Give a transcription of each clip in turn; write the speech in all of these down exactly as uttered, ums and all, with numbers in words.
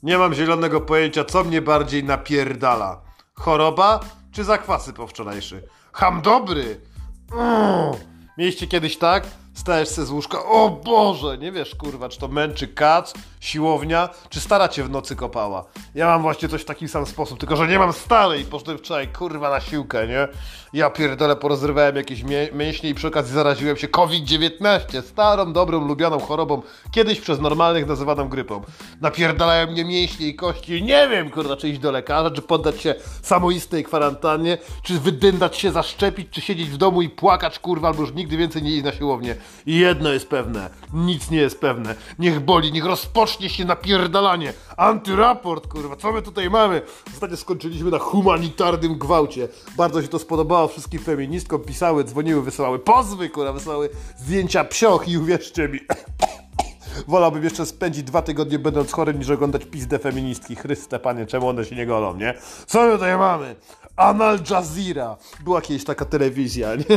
Nie mam zielonego pojęcia, co mnie bardziej napierdala. Choroba czy zakwasy po wczorajszy? Ham dobry! Mm. Mieliście kiedyś tak? Stajesz se z łóżka, o Boże, nie wiesz kurwa, czy to męczy kac, siłownia, czy stara cię w nocy kopała. Ja mam właśnie coś w taki sam sposób, tylko że nie mam starej i poszedłem wczoraj kurwa na siłkę, nie? Ja pierdolę, porozrywałem jakieś mię mięśnie i przy okazji zaraziłem się COVID dziewiętnaście, starą, dobrą, lubianą chorobą, kiedyś przez normalnych nazywaną grypą. Napierdalają mnie mięśnie i kości, nie wiem kurwa, czy iść do lekarza, czy poddać się samoistnej kwarantannie, czy wydyndać się, zaszczepić, czy siedzieć w domu i płakać kurwa, albo już nigdy więcej nie iść na siłownię. I jedno jest pewne, nic nie jest pewne. Niech boli, niech rozpocznie się napierdalanie. Antyraport, kurwa, co my tutaj mamy? Ostatnio skończyliśmy na humanitarnym gwałcie. Bardzo się to spodobało wszystkim feministkom. Pisały, dzwoniły, wysyłały pozwy, kurwa, wysyłały zdjęcia psioch i uwierzcie mi... Wolałbym jeszcze spędzić dwa tygodnie będąc chorym, niż oglądać pizdę feministki. Chryste panie, czemu one się nie golą, nie? Co my tutaj mamy? Al Jazeera. Była kiedyś taka telewizja, nie?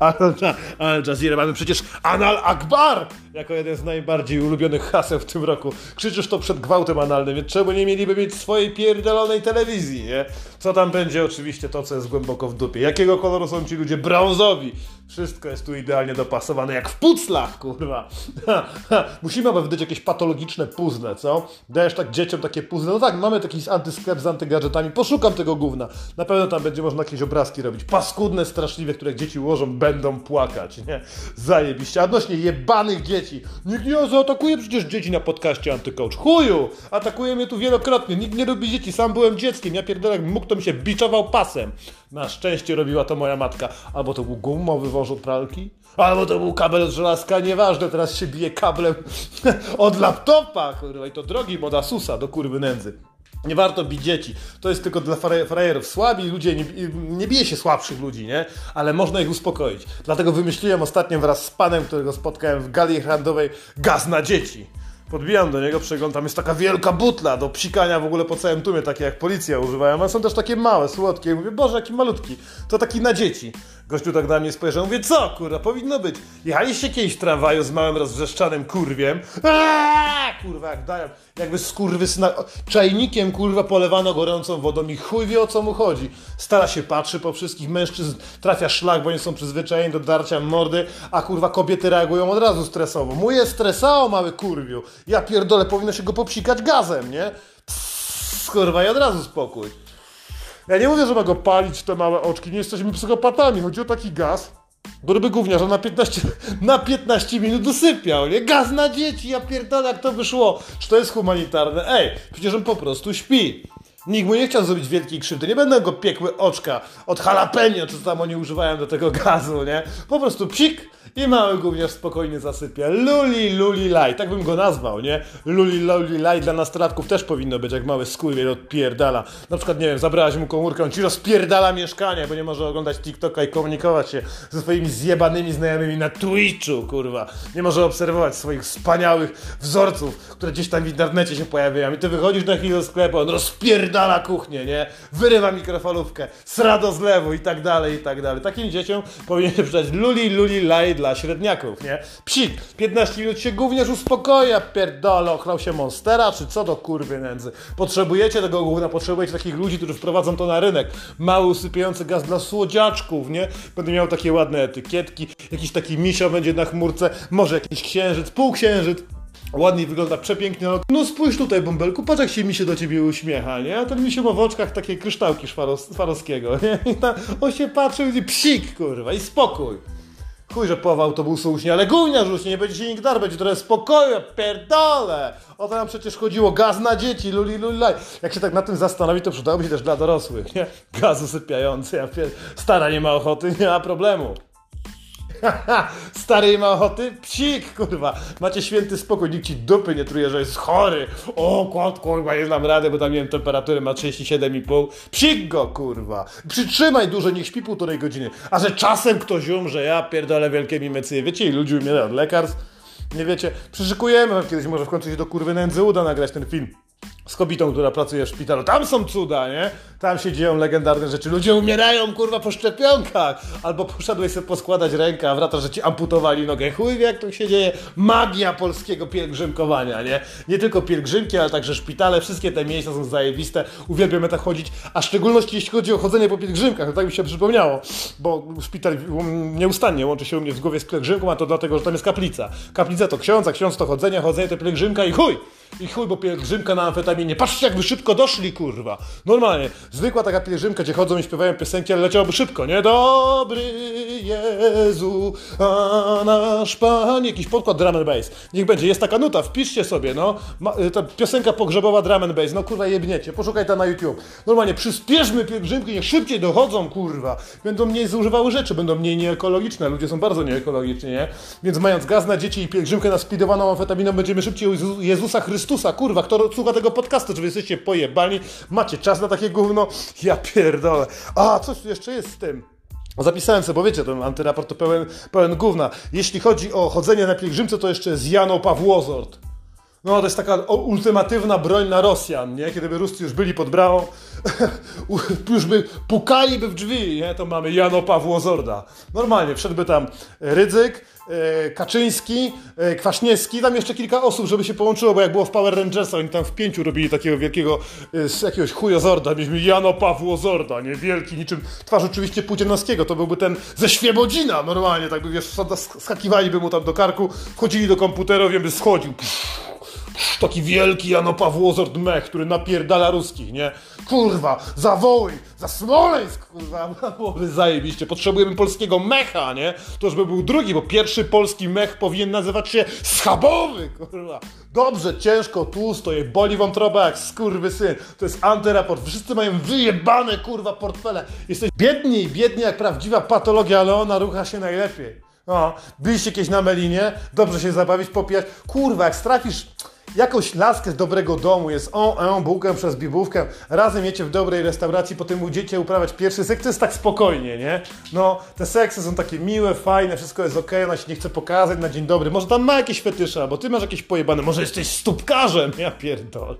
Al Jazeera. Mamy przecież Anal Akbar jako jeden z najbardziej ulubionych haseł w tym roku. Krzyczysz to przed gwałtem analnym, więc czemu nie mieliby mieć swojej pierdolonej telewizji, nie? Co tam będzie? Oczywiście to, co jest głęboko w dupie. Jakiego koloru są ci ludzie? Brązowi. Wszystko jest tu idealnie dopasowane, jak w puclach, kurwa. Ha, ha. Musimy wydać jakieś patologiczne puzzle, co? Dajesz tak dzieciom takie puzzle. No tak, mamy taki antysklep z antygadżetami. Poszukam tego gówna. Na pewno tam będzie można jakieś obrazki robić. Paskudne, straszliwe, które jak dzieci ułożą, będą płakać, nie? Zajebiście. A odnośnie jebanych dzieci. Nikt nie zaatakuje przecież dzieci na podcaście Antycoach. Chuju! Atakuje mnie tu wielokrotnie. Nikt nie lubi dzieci. Sam byłem dzieckiem. Ja pierdolę, jak mógł, to mi się biczował pasem. Na szczęście robiła to moja matka. Albo to był gumowy wąż od pralki, albo to był kabel od żelazka, nieważne, teraz się bije kablem od laptopa, kurwa, i to drogi od Asusa do kurwy nędzy. Nie warto bić dzieci, to jest tylko dla frajerów. Słabi ludzie, nie, nie bije się słabszych ludzi, nie? Ale można ich uspokoić. Dlatego wymyśliłem ostatnio wraz z panem, którego spotkałem w gali handlowej, gaz na dzieci. Podbijam do niego, przeglądam, tam jest taka wielka butla do psikania w ogóle po całym tłumie, takie jak policja używają, ale są też takie małe, słodkie. I mówię, Boże, jaki malutki, to taki na dzieci. Gościu tak na mnie spojrzał, mówię, co kurwa, powinno być. Jechaliście kiedyś w tramwaju z małym rozwrzeszczanym kurwiem, Aaaa! Kurwa, jak dają, jakby skurwysyna, czajnikiem kurwa polewano gorącą wodą i chuj wie o co mu chodzi. Stara się patrzy po wszystkich mężczyzn, trafia szlak, bo oni są przyzwyczajeni do darcia mordy, a kurwa kobiety reagują od razu stresowo. Mój jest stresało, mały kurwiu. Ja pierdolę, powinno się go popsikać gazem, nie? Psss, kurwa, i od razu spokój. Ja nie mówię, że ma go palić w te małe oczki, nie jesteśmy psychopatami, chodzi o taki gaz, który gówniarza na piętnaście, na piętnaście minut dosypiał, nie? Gaz na dzieci, ja pierdolę, jak to wyszło. Czy to jest humanitarne? Ej, przecież on po prostu śpi. Nikt mu nie chciał zrobić wielkiej krzywdy, nie będą go piekły oczka od jalapeno, czy tam oni używają do tego gazu, nie? Po prostu psik i mały gówniarz spokojnie zasypia. Luli, luli, laj, tak bym go nazwał, nie? Luli, luli, laj dla nastolatków też powinno być, jak mały skurwiel odpierdala. Na przykład, nie wiem, zabrałaś mu komórkę, on ci rozpierdala mieszkanie, bo nie może oglądać TikToka i komunikować się ze swoimi zjebanymi znajomymi na Twitchu, kurwa. Nie może obserwować swoich wspaniałych wzorców, które gdzieś tam w internecie się pojawiają. I ty wychodzisz na chwilę do sklepu, on rozpierdala kuchnię, nie? Wyrywa mikrofalówkę, sra do zlewu i tak dalej, i tak dalej. Takim dzieciom powinien się przydać luli, luli, laj dla średniaków, nie? Psik, piętnaście minut się gówniarz uspokoja, pierdolę, ochlał się Monstera, czy co do kurwy nędzy. Potrzebujecie tego gówna, potrzebujecie takich ludzi, którzy wprowadzą to na rynek. Mały, usypiający gaz dla słodziaczków, nie? Będę miał takie ładne etykietki, jakiś taki misio będzie na chmurce, może jakiś księżyc, półksiężyc. Ładnie wygląda, przepięknie. No spójrz tutaj, bąbelku, patrz jak się mi się do ciebie uśmiecha, nie? A ten mi się ma w oczkach takie kryształki Szwaros, Szwarowskiego, nie? I tam on się patrzy i mówi, psik, kurwa, i spokój. Chuj, że połowa autobusu uśnie, ale gówniarz uśnie, nie będzie się nikt dar, będzie trochę spokoju, pierdolę. O to nam przecież chodziło, gaz na dzieci, luli, luli, laj. Jak się tak na tym zastanowi, to przydałoby się też dla dorosłych, nie? Gaz usypiający, ja pier... Stara nie ma ochoty, nie ma problemu. Stary ma ochoty? Psik, kurwa. Macie święty spokój, nikt ci dupy nie truje, że jest chory. O, kot, kurwa, nie znam rady, bo tam, nie wiem, temperatury ma trzydzieści siedem i pół. Psik go, kurwa. Przytrzymaj dużo, niech śpi półtorej godziny. A że czasem ktoś umrze, ja pierdolę wielkie mimecyje. Wiecie, i ludzi umiera od lekarstw? Nie wiecie? Przyszykujemy, kiedyś może w końcu się do kurwy nędzy uda nagrać ten film. z kobietą, która pracuje w szpitalu. Tam są cuda, nie? Tam się dzieją legendarne rzeczy. Ludzie umierają, kurwa, po szczepionkach. Albo poszedłeś sobie poskładać rękę, a wraca, że ci amputowali nogę. Chuj wie, jak to się dzieje. Magia polskiego pielgrzymkowania, nie? Nie tylko pielgrzymki, ale także szpitale. Wszystkie te miejsca są zajebiste. Uwielbiamy tak chodzić. A w szczególności jeśli chodzi o chodzenie po pielgrzymkach. To tak mi się przypomniało. Bo szpital nieustannie łączy się u mnie w głowie z pielgrzymką, a to dlatego, że tam jest kaplica. Kaplica to ksiądz, a ksiądz to chodzenie, chodzenie to pielgrzymka i chuj! I chuj, bo pielgrzymka na amfetaminie. Patrzcie, jak wy szybko doszli, kurwa. Normalnie. Zwykła taka pielgrzymka, gdzie chodzą i śpiewają piosenki, ale leciałoby szybko, nie? Dobry Jezu, a nasz Panie. Jakiś podkład drum and bass. Niech będzie. Jest taka nuta, wpiszcie sobie, no. Ma, ta piosenka pogrzebowa drum and bass. No kurwa, jebniecie. Poszukaj tam na YouTube. Normalnie, przyspieszmy pielgrzymki, niech szybciej dochodzą, kurwa. Będą mniej zużywały rzeczy, będą mniej nieekologiczne. Ludzie są bardzo nieekologiczni, nie? Więc mając gaz na dzieci i pielgrzymkę naspidowaną amfetaminą, będziemy szybciej u Jezusa Chrystusa, kurwa, kto słucha tego podcastu, czy wy jesteście pojebani, macie czas na takie gówno? Ja pierdolę. A, coś tu jeszcze jest z tym. Zapisałem sobie, bo wiecie, ten antyraport to pełen, pełen gówna. Jeśli chodzi o chodzenie na pielgrzymce, to jeszcze jest Jano Pawłozord. No, to jest taka ultimatywna broń na Rosjan, nie? Kiedy by Ruscy już byli pod bramą, już by pukaliby w drzwi, nie? To mamy Jano Pawłozorda. Normalnie, wszedłby tam Rydzyk, e, Kaczyński, e, Kwaśniewski, tam jeszcze kilka osób, żeby się połączyło, bo jak było w Power Rangersa, oni tam w pięciu robili takiego wielkiego, e, z jakiegoś chujozorda, mieliśmy Jano Pawłozorda, nie? Wielki, niczym twarz oczywiście Pudzianowskiego, to byłby ten ze Świebodzina, normalnie, tak by, wiesz, skakiwaliby mu tam do karku, wchodzili do komputerów i on by schodził. Taki wielki Jano Pawłozord mech, który napierdala ruskich, nie? Kurwa, za Wołyń, za Smoleńsk, kurwa, byłoby zajebiście. Potrzebujemy polskiego mecha, nie? To już by był drugi, bo pierwszy polski mech powinien nazywać się schabowy, kurwa. Dobrze, ciężko, tłusto, je boli wątroba jak skurwysyn. To jest antyraport. Wszyscy mają wyjebane, kurwa, portfele. Jesteś biedni, biedni jak prawdziwa patologia, ale ona rucha się najlepiej. O, byliście kiedyś na Melinie, dobrze się zabawić, popijać. Kurwa, jak strafisz jakąś laskę z dobrego domu, jest on, on, bułkę przez bibówkę, razem jecie w dobrej restauracji, potem idziecie uprawiać pierwszy seks, to jest tak spokojnie, nie? No, te seksy są takie miłe, fajne, wszystko jest okej, ona się nie chce pokazać na dzień dobry, może tam ma jakieś fetysze, albo ty masz jakieś pojebane, może jesteś stópkarzem, ja pierdolę.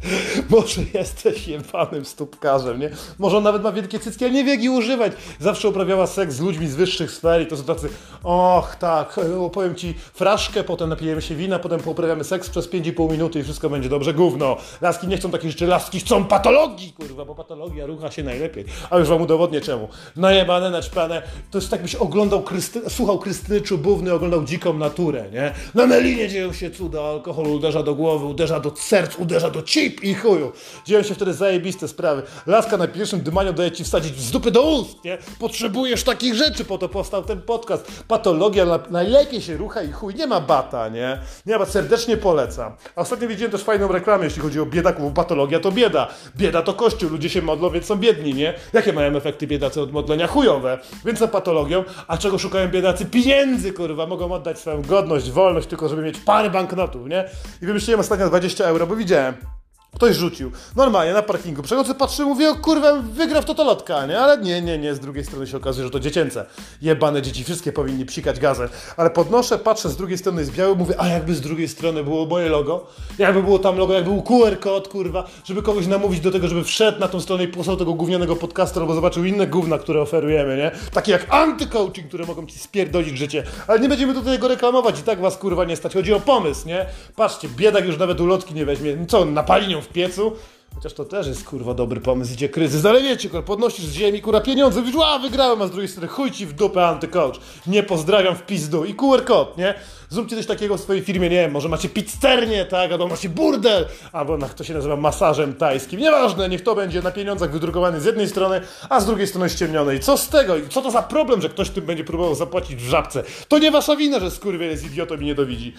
Może jesteś jebanym stópkarzem, nie? Może on nawet ma wielkie cycki, ale nie wie jak je używać. Zawsze uprawiała seks z ludźmi z wyższych sfer i to są tacy, och tak, opowiem ci fraszkę, potem napijemy się wina, potem pouprawiamy seks przez pięć i pół minuty i wszystko będzie dobrze. Gówno. Laski nie chcą takich rzeczy, laski chcą patologii, kurwa, bo patologia rucha się najlepiej. A już wam udowodnię czemu. Najebane, naćpane, to jest tak byś oglądał, Krysty... słuchał Krystyny Czubówny, oglądał dziką naturę, nie? Na Melinie dzieją się cuda, alkohol uderza do głowy, uderza do serc, uderza do cip i chuju. Dzieją się wtedy zajebiste sprawy. Laska na pierwszym dymaniu daje ci wsadzić z dupy do ust, nie? Potrzebujesz takich rzeczy, po to powstał ten podcast. Patologia na... najlepiej się rucha i chuj. Nie ma bata, nie? Nie ma, serdecznie polecam. A ostatnio widziałem też fajną reklamę, jeśli chodzi o biedaków. Patologia to bieda. Bieda to kościół. Ludzie się modlą, więc są biedni, nie? Jakie mają efekty biedacy od modlenia? Chujowe. Więc za patologią. A czego szukają biedacy? Pieniędzy, kurwa. Mogą oddać swoją godność, wolność, tylko żeby mieć parę banknotów, nie? I wymyśliłem ostatnio dwadzieścia euro, bo widziałem. Ktoś rzucił. Normalnie, na parkingu. Przechodzę, patrzę, mówię, o kurwa, wygra w totolotka, nie? Ale nie, nie, nie. Z drugiej strony się okazuje, że to dziecięce. Jebane dzieci, wszystkie powinni psikać gazem. Ale podnoszę, patrzę, z drugiej strony jest biały, mówię, a jakby z drugiej strony było moje logo? Jakby było tam logo, jakby był Q R kod, kurwa, żeby kogoś namówić do tego, żeby wszedł na tą stronę i posłał tego gównianego podcastu, albo zobaczył inne gówna, które oferujemy, nie? Takie jak antycoaching, które mogą ci spierdolić życie. Ale nie będziemy do tego reklamować i tak was, kurwa, nie stać. Chodzi o pomysł, nie? Patrzcie, biedak już nawet ulotki nie weźmie. Co, napali nią w piecu? Chociaż to też jest, kurwa, dobry pomysł, idzie kryzys, ale wiecie, kurwa, podnosisz z ziemi, kurwa, pieniądze, mówisz, a wygrałem, a z drugiej strony chuj ci w dupę antycoach, nie pozdrawiam w pizdu i Q R kod, nie? Zróbcie coś takiego w swojej firmie, nie wiem, może macie pizzernię, tak, albo macie burdel, albo na, to się nazywa masażem tajskim, nieważne, niech to będzie na pieniądzach wydrukowany z jednej strony, a z drugiej strony ściemniony. I co z tego? I co to za problem, że ktoś tym będzie próbował zapłacić w żabce? To nie wasza wina, że skurwiel jest idiotą i nie dowidzi.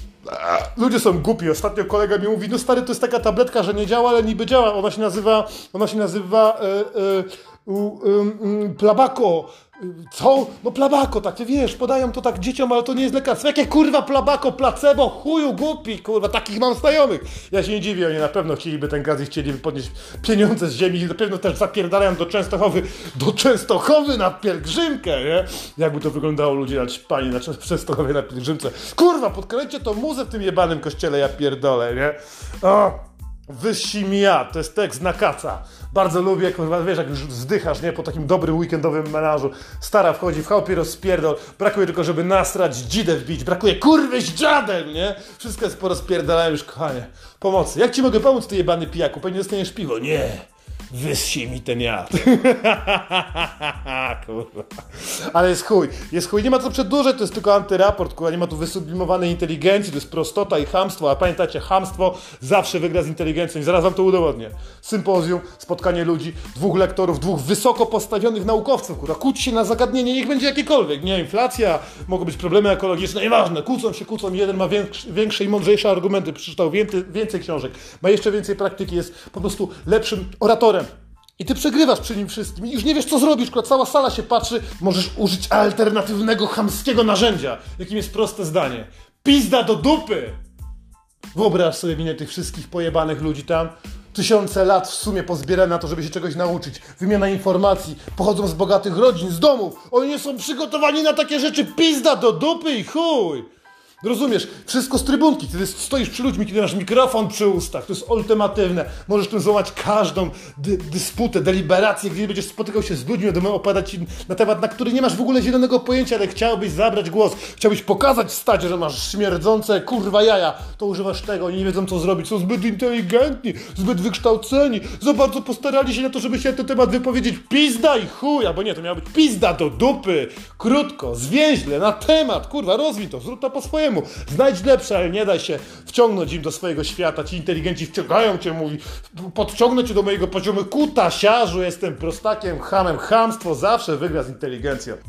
Ludzie są głupi. Ostatnio kolega mi mówi, no stary, to jest taka tabletka, że nie działa, ale niby działa. Ona się nazywa, ona się nazywa e, e, u, e, Plabako. Co? No plabako, tak, ty wiesz, podają to tak dzieciom, ale to nie jest lekarstwo. Jakie kurwa plabako, placebo, chuju głupi, kurwa, takich mam znajomych. Ja się nie dziwię, oni na pewno chcieliby ten gaz i chcieliby podnieść pieniądze z ziemi i na pewno też zapierdalają do Częstochowy, do Częstochowy na pielgrzymkę, nie? Jakby to wyglądało, ludzie na pani na Częstochowie na pielgrzymce. Kurwa, podkręćcie to muzę w tym jebanym kościele, ja pierdolę, nie? O! Wysi mi ja, to jest tekst na kaca. Bardzo lubię, kurwa, wiesz, jak już wzdychasz, nie? Po takim dobrym weekendowym melanżu. Stara wchodzi w chałupie rozpierdol. Brakuje tylko, żeby nasrać, dzidę wbić. Brakuje kurwy z dziadem, nie? Wszystko jest porozpierdalałem już, kochanie. Pomocy. Jak ci mogę pomóc, ty jebany pijaku? Pewnie dostaniesz piwo. Nie. Wysi mi ten jad. Kurwa. Ale jest chuj. Jest chuj. Nie ma co przedłużać, to jest tylko antyraport, kurwa. Nie ma tu wysublimowanej inteligencji, to jest prostota i chamstwo. A pamiętajcie, chamstwo zawsze wygra z inteligencją i zaraz wam to udowodnię. Sympozjum, spotkanie ludzi, dwóch lektorów, dwóch wysoko postawionych naukowców, kurwa. Kłóci się na zagadnienie, niech będzie jakiekolwiek. Nie, inflacja, mogą być problemy ekologiczne, nieważne. Kłócą się, kłócą. Jeden ma większe, większe i mądrzejsze argumenty, przeczytał więcej, więcej książek, ma jeszcze więcej praktyki, jest po prostu lepszym oratorem. I ty przegrywasz przy nim wszystkim i już nie wiesz, co zrobisz, kurwa, cała sala się patrzy. Możesz użyć alternatywnego, chamskiego narzędzia, jakim jest proste zdanie. Pizda do dupy! Wyobraź sobie winę tych wszystkich pojebanych ludzi tam. Tysiące lat w sumie pozbierane na to, żeby się czegoś nauczyć. Wymiana informacji, pochodzą z bogatych rodzin, z domów. Oni nie są przygotowani na takie rzeczy. Pizda do dupy i chuj! Rozumiesz? Wszystko z trybunki. Kiedy stoisz przy ludźmi, kiedy masz mikrofon przy ustach. To jest ultimatywne. Możesz tym złamać każdą dy dysputę, deliberację, gdzie będziesz spotykał się z ludźmi, będą opowiadać ci na temat, na który nie masz w ogóle zielonego pojęcia, ale chciałbyś zabrać głos. Chciałbyś pokazać stadzie, że masz śmierdzące kurwa jaja. To używasz tego. Oni nie wiedzą, co zrobić. Są zbyt inteligentni, zbyt wykształceni. Za bardzo postarali się na to, żeby się na ten temat wypowiedzieć. Pizda i chuj. Albo nie, to miało być pizda do dupy. Krótko, zwięźle, na temat. Kurwa, rozwij to. Zrób to po swojemu. Znajdź lepsze, ale nie daj się wciągnąć im do swojego świata. Ci inteligenci wciągają cię, mówi, podciągnę cię do mojego poziomu. Kutasiarzu, jestem prostakiem, chamem. Chamstwo zawsze wygra z inteligencją.